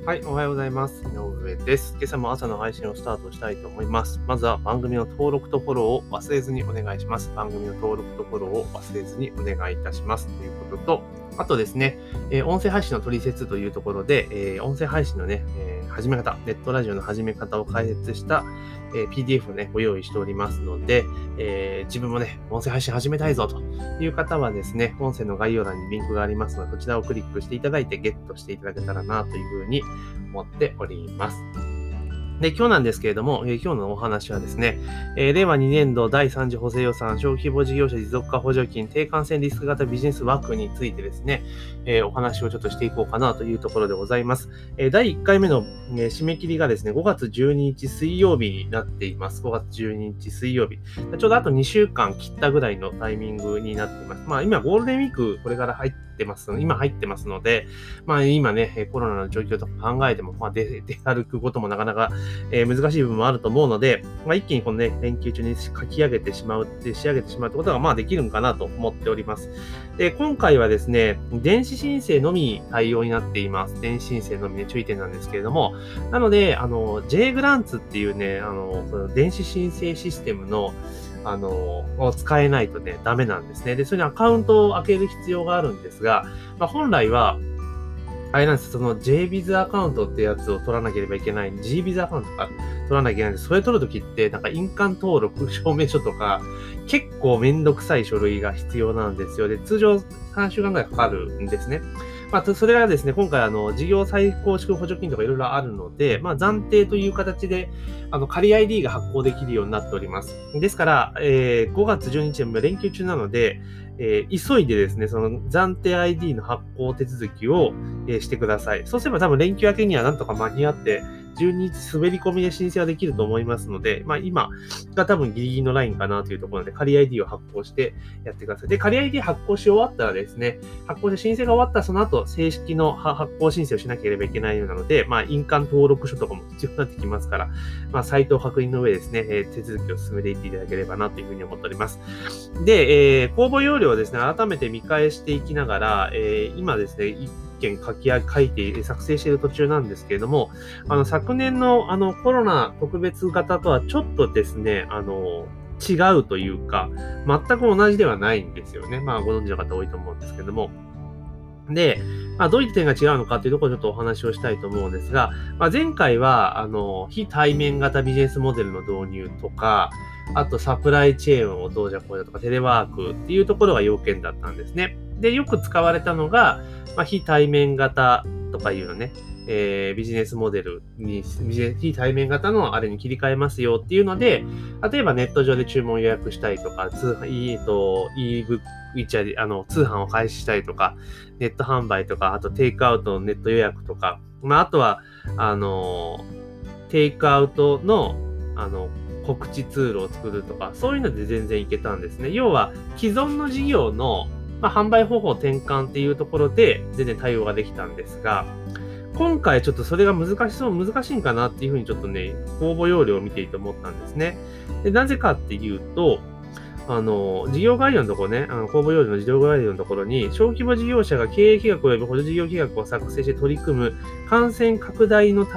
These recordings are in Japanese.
はい、おはようございます。井上です。今朝も朝の配信をスタートしたいと思います。まずは番組の登録とフォローを忘れずにお願いします。番組の登録とフォローを忘れずにお願いいたします。ということと、あとですね、音声配信の取説というところで、音声配信のね、始め方、ネットラジオの始め方を解説した、PDF をね、ご用意しておりますので、自分もね、音声配信始めたいぞという方はですね、音声の概要欄にリンクがありますので、そちらをクリックしていただいてゲットしていただけたらなというふうに思っております。で、今日なんですけれども、今日のお話はですね、令和2年度第3次補正予算小規模事業者持続化補助金低感染リスク型ビジネス枠についてですね、お話をちょっとしていこうかなというところでございます。第1回目の、締め切りがですね、5月12日水曜日になっています。5月12日水曜日。ちょうどあと2週間切ったぐらいのタイミングになっています。今ゴールデンウィークこれから入ってますので、今ね、コロナの状況とか考えても、出歩くこともなかなか難しい部分もあると思うので、一気にこのね、連休中に仕上げてしまうってことができるんかなと思っております。で、今回はですね、電子申請のみ対応になっています。電子申請のみね、注意点なんですけれども、なので、J グランツっていうね、その電子申請システムのを使えないとね、ダメなんですね。で、それにアカウントを開ける必要があるんですが、本来は、あれなんです。その JBiz アカウントってやつを取らなければいけない。GBiz アカウントか取らなきゃいけないんです。それ取るときって、印鑑登録証明書とか、結構めんどくさい書類が必要なんですよ。で、通常3週間ぐらいかかるんですね。それがですね、今回事業再構築補助金とかいろいろあるので、暫定という形で、仮 ID が発行できるようになっております。ですから、5月12日は連休中なので、急いでですね、その暫定 ID の発行手続きを、してください。そうすれば多分連休明けにはなんとか間に合って、12日滑り込みで申請はできると思いますので、今が多分ギリギリのラインかなというところで、仮 ID を発行してやってください。で、仮 ID 発行し終わったらですね、発行して申請が終わったらその後、正式の発行申請をしなければいけないようなので、印鑑登録書とかも必要になってきますから、サイト確認の上ですね、手続きを進めていっていただければなというふうに思っております。で、公募要領をですね、改めて見返していきながら、今ですね、件書いて作成している途中なんですけれども、昨年のコロナ特別型とはちょっとですね、違うというか、全く同じではないんですよね。ご存知の方多いと思うんですけども。で、どういった点が違うのかというところをちょっとお話をしたいと思うんですが、前回は、非対面型ビジネスモデルの導入とか、あとサプライチェーンをどうじゃこうだとか、テレワークっていうところが要件だったんですね。で、よく使われたのが、非対面型とかいうのね、ビジネスモデルに、非対面型のあれに切り替えますよっていうので、例えばネット上で注文予約したりとか、通販を開始したりとか、ネット販売とか、あとテイクアウトのネット予約とか、あとは、テイクアウトの、告知ツールを作るとか、そういうので全然いけたんですね。要は、既存の事業の、販売方法転換っていうところで全然対応ができたんですが、今回ちょっとそれが難しいんかなっていうふうにちょっとね、公募要領を見ていて思ったんですね。で、なぜかっていうと、事業概要のところね、公募要領の事業概要のところに、小規模事業者が経営企画及び補助事業企画を作成して取り組む感染拡大防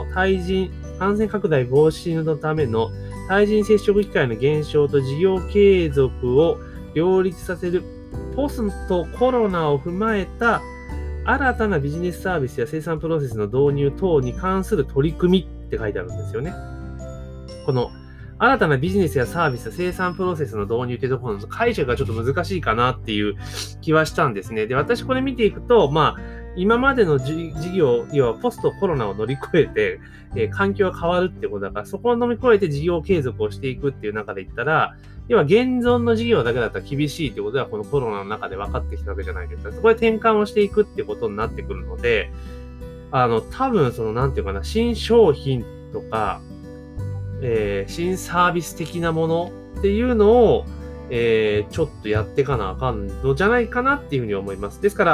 止のための対人接触機会の減少と事業継続を両立させるポストコロナを踏まえた新たなビジネスサービスや生産プロセスの導入等に関する取り組みって書いてあるんですよね。この新たなビジネスやサービス、生産プロセスの導入ってところの解釈がちょっと難しいかなっていう気はしたんですね。で、私これ見ていくと、今までの事業、要はポストコロナを乗り越えて、環境が変わるってことだから、そこを乗り越えて事業継続をしていくっていう中で言ったら、要は現存の事業だけだったら厳しいってことはこのコロナの中で分かってきたわけじゃないですか。そこで転換をしていくってことになってくるので、多分新商品とか、新サービス的なものっていうのを、ちょっとやっていかなあかんのじゃないかなっていうふうに思います。ですから、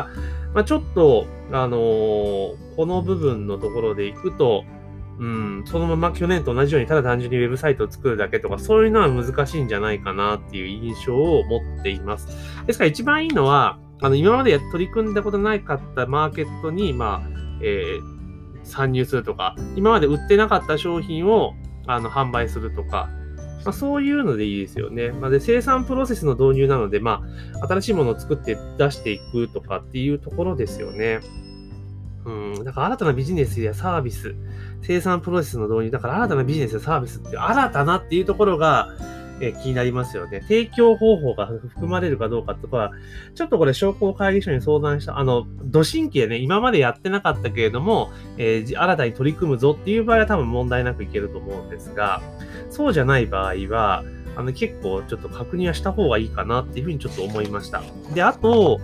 ちょっと、この部分のところでいくと、そのまま去年と同じようにただ単純にウェブサイトを作るだけとか、そういうのは難しいんじゃないかなっていう印象を持っています。ですから一番いいのは、今まで取り組んだことなかったマーケットに、 参入するとか、今まで売ってなかった商品を販売するとか、そういうのでいいですよね。で、生産プロセスの導入なので、新しいものを作って出していくとかっていうところですよね。だから新たなビジネスやサービス、生産プロセスの導入、だから新たなビジネスやサービスって新たなっていうところが、気になりますよね。提供方法が含まれるかどうかとか、ちょっとこれ商工会議所に相談した、土神経ね、今までやってなかったけれども、新たに取り組むぞっていう場合は多分問題なくいけると思うんですが、そうじゃない場合は、結構ちょっと確認はした方がいいかなっていうふうにちょっと思いました。で、あと、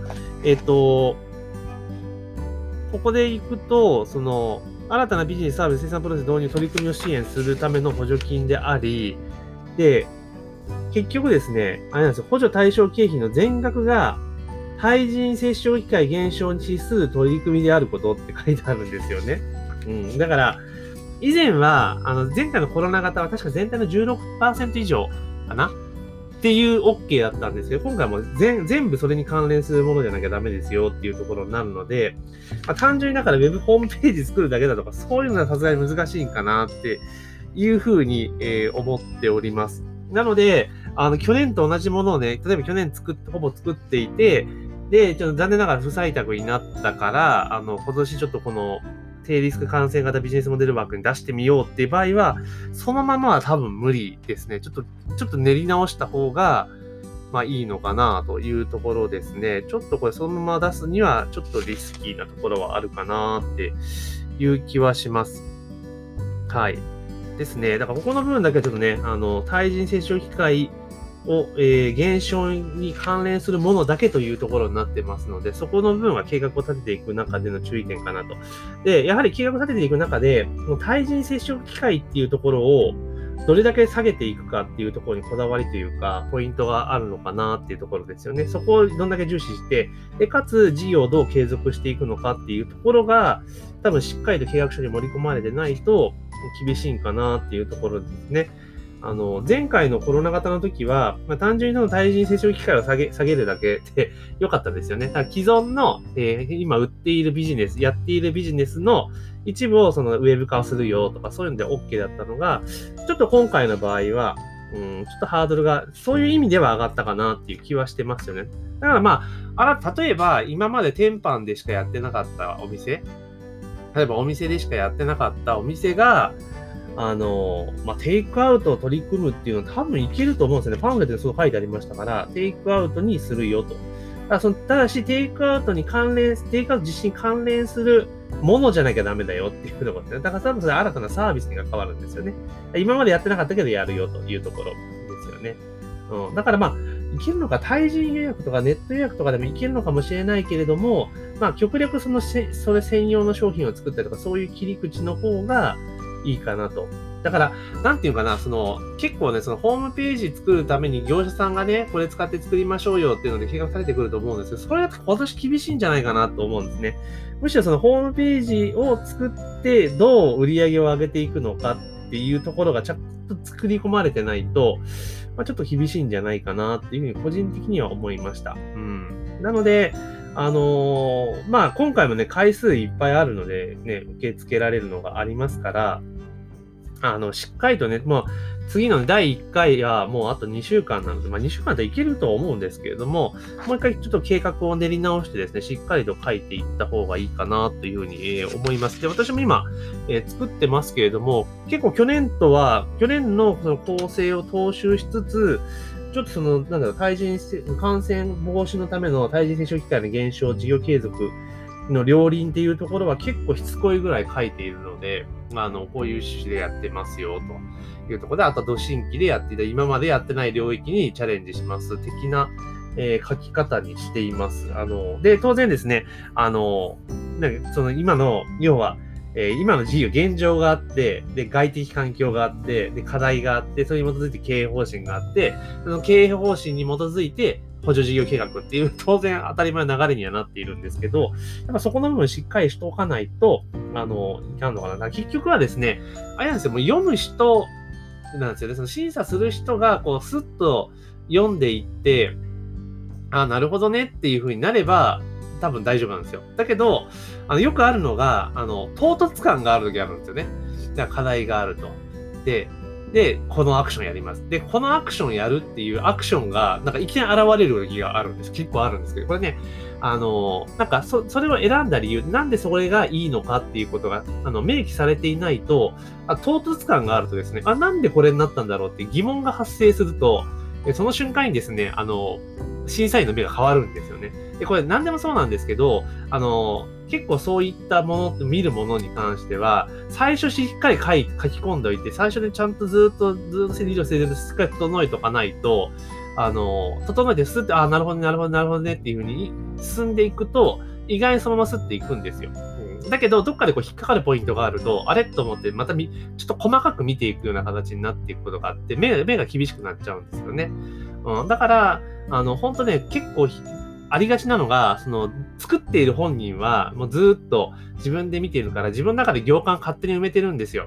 ここで行くと、新たなビジネスサービス生産プロセス導入取り組みを支援するための補助金であり、で、結局ですね、あれなんですよ、補助対象経費の全額が対人接触機会減少に資する取り組みであることって書いてあるんですよね。だから、以前は、前回のコロナ型は確か全体の 16% 以上かなっていう OK だったんですけど、今回も全部それに関連するものじゃなきゃダメですよっていうところになるので、単純にだから Web ホームページ作るだけだとか、そういうのはさすがに難しいんかなっていうふうに、思っております。なので、去年と同じものをね、例えば去年ほぼ作っていて、で、ちょっと残念ながら不採択になったから、今年ちょっとこの低リスク感染型ビジネスモデル枠に出してみようっていう場合は、そのままは多分無理ですね。ちょっと練り直した方が、いいのかなというところですね。ちょっとこれそのまま出すには、ちょっとリスキーなところはあるかなっていう気はします。はい。ですね。だからここの部分だけはちょっとね、対人接触機会を、減少に関連するものだけというところになってますので、そこの部分は計画を立てていく中での注意点かなと。で、やはり計画を立てていく中で、対人接触機会っていうところをどれだけ下げていくかっていうところにこだわりというか、ポイントがあるのかなっていうところですよね。そこをどんだけ重視して、で、かつ事業をどう継続していくのかっていうところが、多分しっかりと計画書に盛り込まれてないと厳しいんかなっていうところですね。前回のコロナ型の時は、単純にその対人接触機会を下げるだけで良かったですよね。だから既存の、今売っているビジネス、やっているビジネスの一部をそのウェブ化をするよとか、そういうので OK だったのが、ちょっと今回の場合は、ちょっとハードルが、そういう意味では上がったかなっていう気はしてますよね。だから例えば今まで天板でしかやってなかったお店、例えばお店でしかやってなかったお店が、テイクアウトを取り組むっていうのは多分いけると思うんですよね。パンフレットにそう書いてありましたから、テイクアウトにするよと。ただし、テイクアウト実施に関連するものじゃなきゃダメだよっていうところですね。だから多分それ新たなサービスに関わるんですよね。今までやってなかったけどやるよというところですよね。だからいけるのか、対人予約とかネット予約とかでもいけるのかもしれないけれども、極力それ専用の商品を作ったりとか、そういう切り口の方がいいかなと。だから、なんていうかな、結構ね、ホームページ作るために業者さんがね、これ使って作りましょうよっていうので計画されてくると思うんですけど、それは今年厳しいんじゃないかなと思うんですね。むしろホームページを作ってどう売り上げを上げていくのかっていうところがちゃんと作り込まれてないと、ちょっと厳しいんじゃないかなっていうふうに個人的には思いました。なので、今回もね、回数いっぱいあるので、ね、受け付けられるのがありますから、しっかりとね、次の第1回はもうあと2週間なので、2週間でいけると思うんですけれども、もう一回ちょっと計画を練り直してですね、しっかりと書いていった方がいいかなというふうに、思います。で、私も今、作ってますけれども、結構去年のその構成を踏襲しつつ、ちょっと感染防止のための対人接触機会の減少、事業継続の両輪っていうところは結構しつこいぐらい書いているので、こういう趣旨でやってますよというところで、あとは新規でやっていた今までやってない領域にチャレンジします的な、書き方にしています。で、当然ですね、今の、要は、今の事業、現状があって、で、外的環境があって、で、課題があって、それに基づいて経営方針があって、その経営方針に基づいて、補助事業計画っていう当然当たり前の流れにはなっているんですけど、やっぱそこの部分しっかりしておかないと、いかんのかな。結局はですね、あれなんですよ、もう読む人なんですよね。審査する人が、スッと読んでいって、なるほどねっていう風になれば、 多分大丈夫なんですよ。だけど、よくあるのが、唐突感がある時あるんですよね。だから課題があると。で、このアクションやります。で、このアクションやるっていうアクションが、なんかいきなり現れる時があるんです。結構あるんですけど、これね、なんかそれを選んだ理由、なんでそれがいいのかっていうことが、明記されていないと、唐突感があるとですね、なんでこれになったんだろうって疑問が発生すると、その瞬間にですね、審査員の目が変わるんですよね。で、これ何でもそうなんですけど、結構そういったもの、見るものに関しては、最初しっかり書き込んでおいて、最初でちゃんとずっと理路整然としっかり整えておかないと、整えてスッて、なるほどねっていう風に進んでいくと、意外にそのままスッていくんですよ。だけど、どっかでこう引っかかるポイントがあると、あれと思って、またちょっと細かく見ていくような形になっていくことがあって、目が厳しくなっちゃうんですよね。だから、本当ね、結構ありがちなのが、作っている本人は、もうずっと自分で見ているから、自分の中で行間勝手に埋めてるんですよ。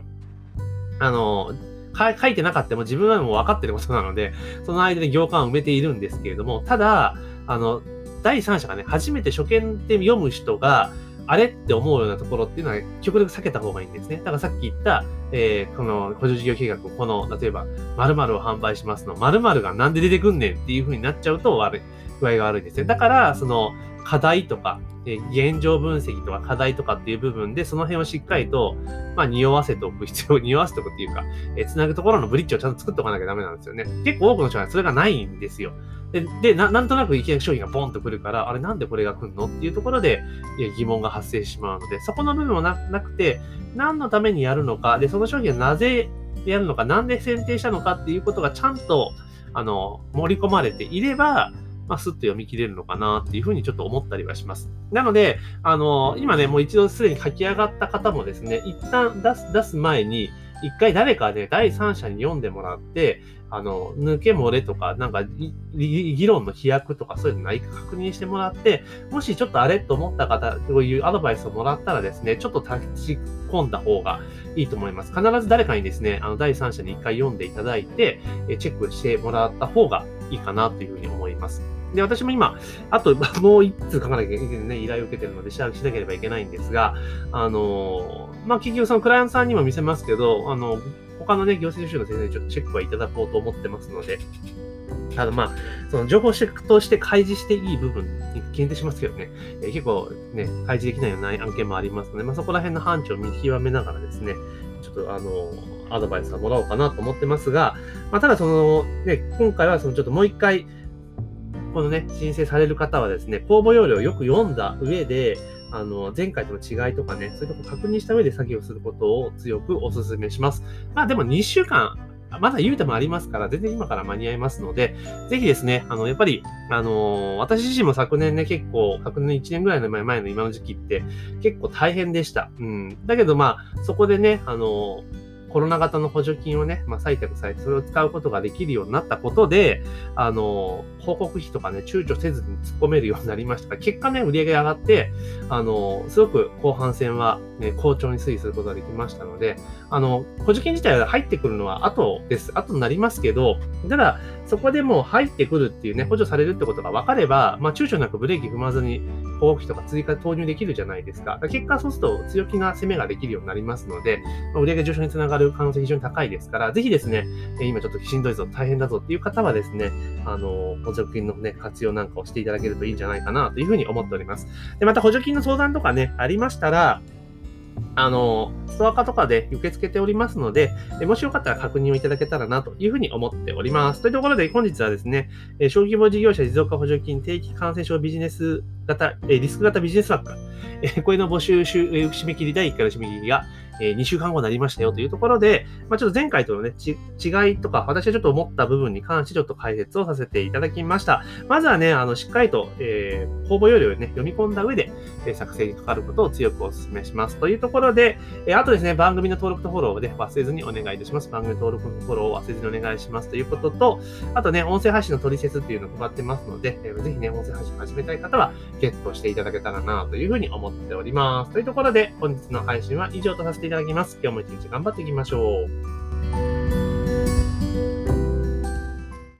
書いてなかったも自分はもう分かってることなので、その間で行間を埋めているんですけれども、ただ、第三者がね、初めて初見で読む人が、あれって思うようなところっていうのは極力避けた方がいいんですね。だからさっき言った、この補助事業計画、例えば、〇〇を販売しますの、〇〇がなんで出てくんねんっていう風になっちゃうと具合が悪いんですね。だから、課題とか、現状分析とか課題とかっていう部分で、その辺をしっかりと、匂わせておくっていうか、つなぐところのブリッジをちゃんと作っておかなきゃダメなんですよね。結構多くの人はそれがないんですよ。で、なんとなくいきなり商品がボンと来るから、あれなんでこれが来るのっていうところで疑問が発生してしまうので、そこの部分もなくて、何のためにやるのか、で、その商品はなぜやるのか、なんで選定したのかっていうことがちゃんと、盛り込まれていれば、スッと読み切れるのかなっていうふうにちょっと思ったりはします。なので、今ね、もう一度すでに書き上がった方もですね、一旦出す前に、一回誰かね、第三者に読んでもらって、抜け漏れとか、なんか、議論の飛躍とかそういうのないか確認してもらって、もしちょっとあれと思った方、こういうアドバイスをもらったらですね、ちょっと立ち込んだ方がいいと思います。必ず誰かにですね、第三者に一回読んでいただいて、チェックしてもらった方がいいかなというふうに思います。で、私も今、あともう一通書かなきゃいけないね、依頼を受けてるので、しなければいけないんですが、結局そのクライアントさんにも見せますけど、他のね、行政書士の先生にちょっとチェックはいただこうと思ってますので、ただその情報として開示していい部分に限定しますけどね、結構ね、開示できないような案件もありますので、そこら辺の範疇を見極めながらですね、ちょっとアドバイスはもらおうかなと思ってますが、ただ今回はちょっともう一回、このね、申請される方はですね、公募要領をよく読んだ上で、前回との違いとかね、そういうとこ確認した上で作業することを強くお勧めします。でも2週間、まだ言うてもありますから、全然今から間に合いますので、ぜひですね、やっぱり、私自身も昨年ね、昨年1年ぐらいの前の今の時期って結構大変でした。だけどそこでね、コロナ型の補助金をね、採択されて、それを使うことができるようになったことで、広告費とかね、躊躇せずに突っ込めるようになりましたから、結果ね、売り上げが上がって、すごく後半戦は、ね、好調に推移することができましたので、補助金自体は入ってくるのは後です。後になりますけど、ただ、そこでもう入ってくるっていうね、補助されるってことが分かれば、躊躇なくブレーキ踏まずに、広告費とか追加投入できるじゃないですか。結果、そうすると強気な攻めができるようになりますので、売上上昇につながる可能性非常に高いですから、ぜひですね、今ちょっとしんどいぞ、大変だぞっていう方はですね、補助金のね、活用なんかをしていただけるといいんじゃないかなというふうに思っております。で、また補助金の相談とかね、ありましたら、ストア化とかで受け付けておりますので、もしよかったら確認をいただけたらなというふうに思っております。というところで本日はですね、小規模事業者持続化補助金定期感染症ビジネス型、リスク型ビジネス枠、これの募集締め切り第1回の締め切りが、2週間後になりましたよというところで、ちょっと前回とのね、違いとか、私はちょっと思った部分に関してちょっと解説をさせていただきました。まずはね、しっかりと、公募要領をね、読み込んだ上で、作成にかかることを強くお勧めします。というところで、あとですね、番組の登録とフォローをね、忘れずにお願いいたします。番組登録とフォローを忘れずにお願いしますということと、あとね、音声配信の取説っていうのを配ってますので、ぜひね、音声配信始めたい方は、ゲットしていただけたらなというふうに思っております。というところで、本日の配信は以上とさせていただきます。今日も一日頑張っていきましょう。